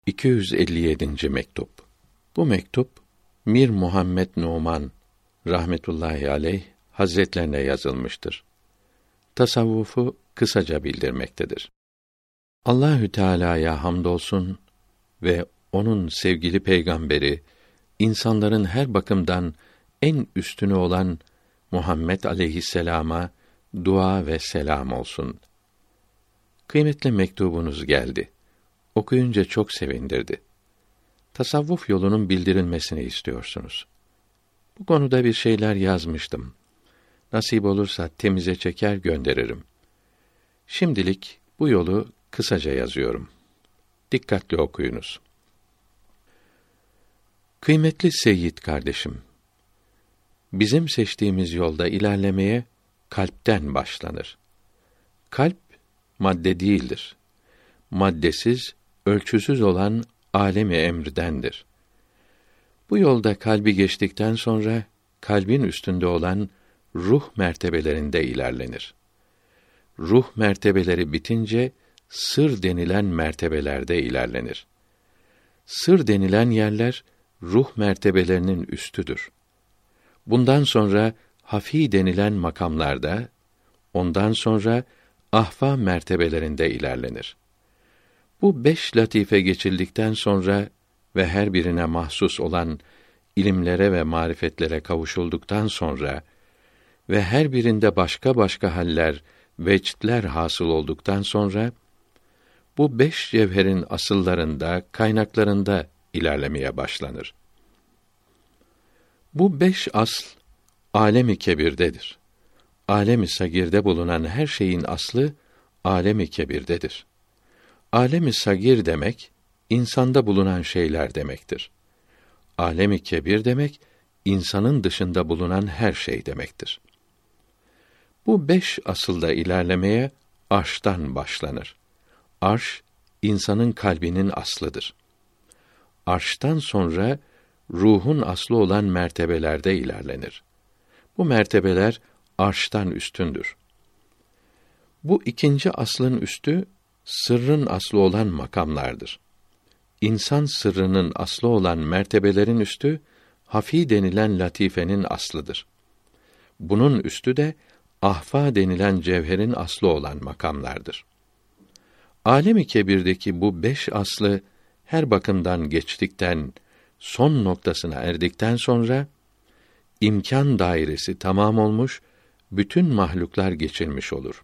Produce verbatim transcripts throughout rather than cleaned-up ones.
iki yüz elli yedinci mektup. Bu mektup Mir Muhammed Numan rahmetullahi aleyh hazretlerine yazılmıştır. Tasavvufu kısaca bildirmektedir. Allahü Teala'ya hamdolsun ve onun sevgili peygamberi, insanların her bakımdan en üstünü olan Muhammed aleyhisselama dua ve selam olsun. Kıymetli mektubunuz geldi. Okuyunca çok sevindirdi. Tasavvuf yolunun bildirilmesini istiyorsunuz. Bu konuda bir şeyler yazmıştım. Nasip olursa temize çeker gönderirim. Şimdilik bu yolu kısaca yazıyorum. Dikkatli okuyunuz. Kıymetli Seyyid kardeşim, bizim seçtiğimiz yolda ilerlemeye kalpten başlanır. Kalp madde değildir. Maddesiz, ölçüsüz olan alemi emrdendir. Bu yolda kalbi geçtikten sonra kalbin üstünde olan ruh mertebelerinde ilerlenir. Ruh mertebeleri bitince sır denilen mertebelerde ilerlenir. Sır denilen yerler ruh mertebelerinin üstüdür. Bundan sonra hafi denilen makamlarda, ondan sonra ahva mertebelerinde ilerlenir. Bu beş latife geçildikten sonra ve her birine mahsus olan ilimlere ve marifetlere kavuşulduktan sonra ve her birinde başka başka haller, vecdler hasıl olduktan sonra bu beş cevherin asıllarında, kaynaklarında ilerlemeye başlanır. Bu beş asl alem-i kebirdedir. Alem-i sagirde bulunan her şeyin aslı alem-i kebirdedir. Alem-i sagir demek insanda bulunan şeyler demektir. Alem-i kebir demek insanın dışında bulunan her şey demektir. Bu beş asılda ilerlemeye arştan başlanır. Arş insanın kalbinin aslıdır. Arştan sonra ruhun aslı olan mertebelerde ilerlenir. Bu mertebeler arştan üstündür. Bu ikinci aslın üstü sırrın aslı olan makamlardır. İnsan sırrının aslı olan mertebelerin üstü hafi denilen latifenin aslıdır. Bunun üstü de ahfa denilen cevherin aslı olan makamlardır. Alem-i kebirdeki bu beş aslı her bakımdan geçtikten, son noktasına erdikten sonra imkan dairesi tamam olmuş, bütün mahluklar geçilmiş olur.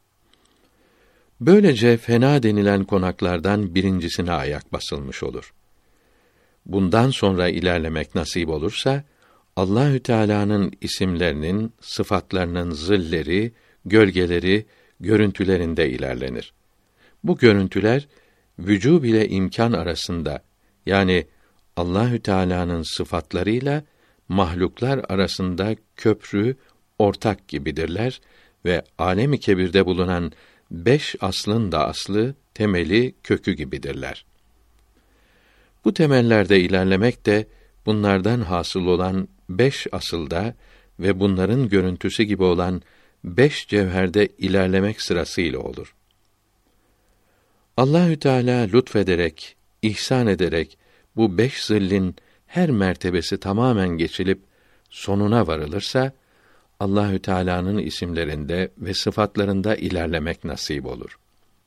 Böylece fena denilen konaklardan birincisine ayak basılmış olur. Bundan sonra ilerlemek nasip olursa Allahü Teala'nın isimlerinin, sıfatlarının zilleri, gölgeleri, görüntülerinde ilerlenir. Bu görüntüler vücub ile imkan arasında, yani Allahü Teala'nın sıfatlarıyla mahluklar arasında köprü, ortak gibidirler ve alem-i kebirde bulunan beş aslın da aslı, temeli, kökü gibidirler. Bu temellerde ilerlemek de bunlardan hasıl olan beş asılda ve bunların görüntüsü gibi olan beş cevherde ilerlemek sırasıyla olur. Allahü Teala lütfederek, ihsan ederek bu beş zillin her mertebesi tamamen geçilip sonuna varılırsa Allahü Teala'nın isimlerinde ve sıfatlarında ilerlemek nasip olur.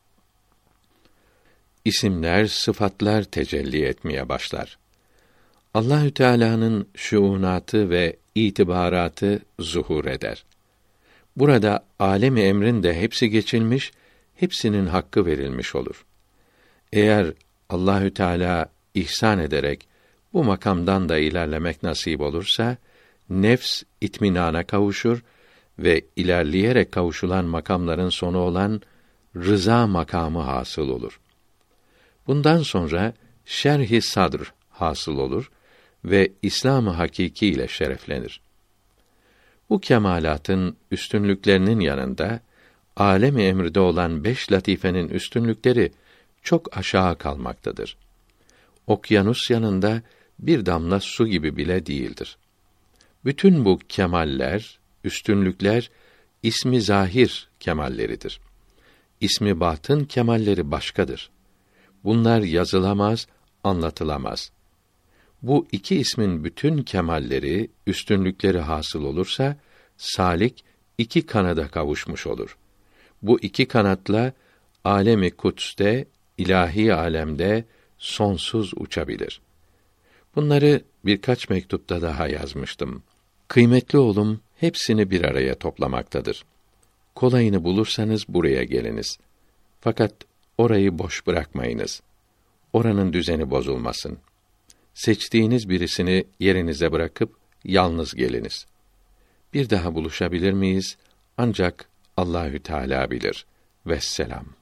İsimler, sıfatlar tecelli etmeye başlar. Allahü Teala'nın şuunatı ve itibaratı zuhur eder. Burada alem-i emrin de hepsi geçilmiş, hepsinin hakkı verilmiş olur. Eğer Allahü Teala ihsan ederek bu makamdan da ilerlemek nasip olursa, nefs itminana kavuşur ve ilerleyerek kavuşulan makamların sonu olan rıza makamı hasıl olur. Bundan sonra şerh-i sadr hasıl olur ve İslam-ı hakiki ile şereflenir. Bu kemalatın üstünlüklerinin yanında alem-i emrde olan beş latifenin üstünlükleri çok aşağı kalmaktadır. Okyanus yanında bir damla su gibi bile değildir. Bütün bu kemaller, üstünlükler ismi zahir kemalleridir. İsmi batın kemalleri başkadır. Bunlar yazılamaz, anlatılamaz. Bu iki ismin bütün kemalleri, üstünlükleri hasıl olursa, salik iki kanada kavuşmuş olur. Bu iki kanatla alemi kuts'te, ilahi alemde sonsuz uçabilir. Bunları birkaç mektupta daha yazmıştım. Kıymetli oğlum hepsini bir araya toplamaktadır. Kolayını bulursanız buraya geliniz. Fakat orayı boş bırakmayınız. Oranın düzeni bozulmasın. Seçtiğiniz birisini yerinize bırakıp yalnız geliniz. Bir daha buluşabilir miyiz? Ancak Allahü Teala bilir. Vesselam.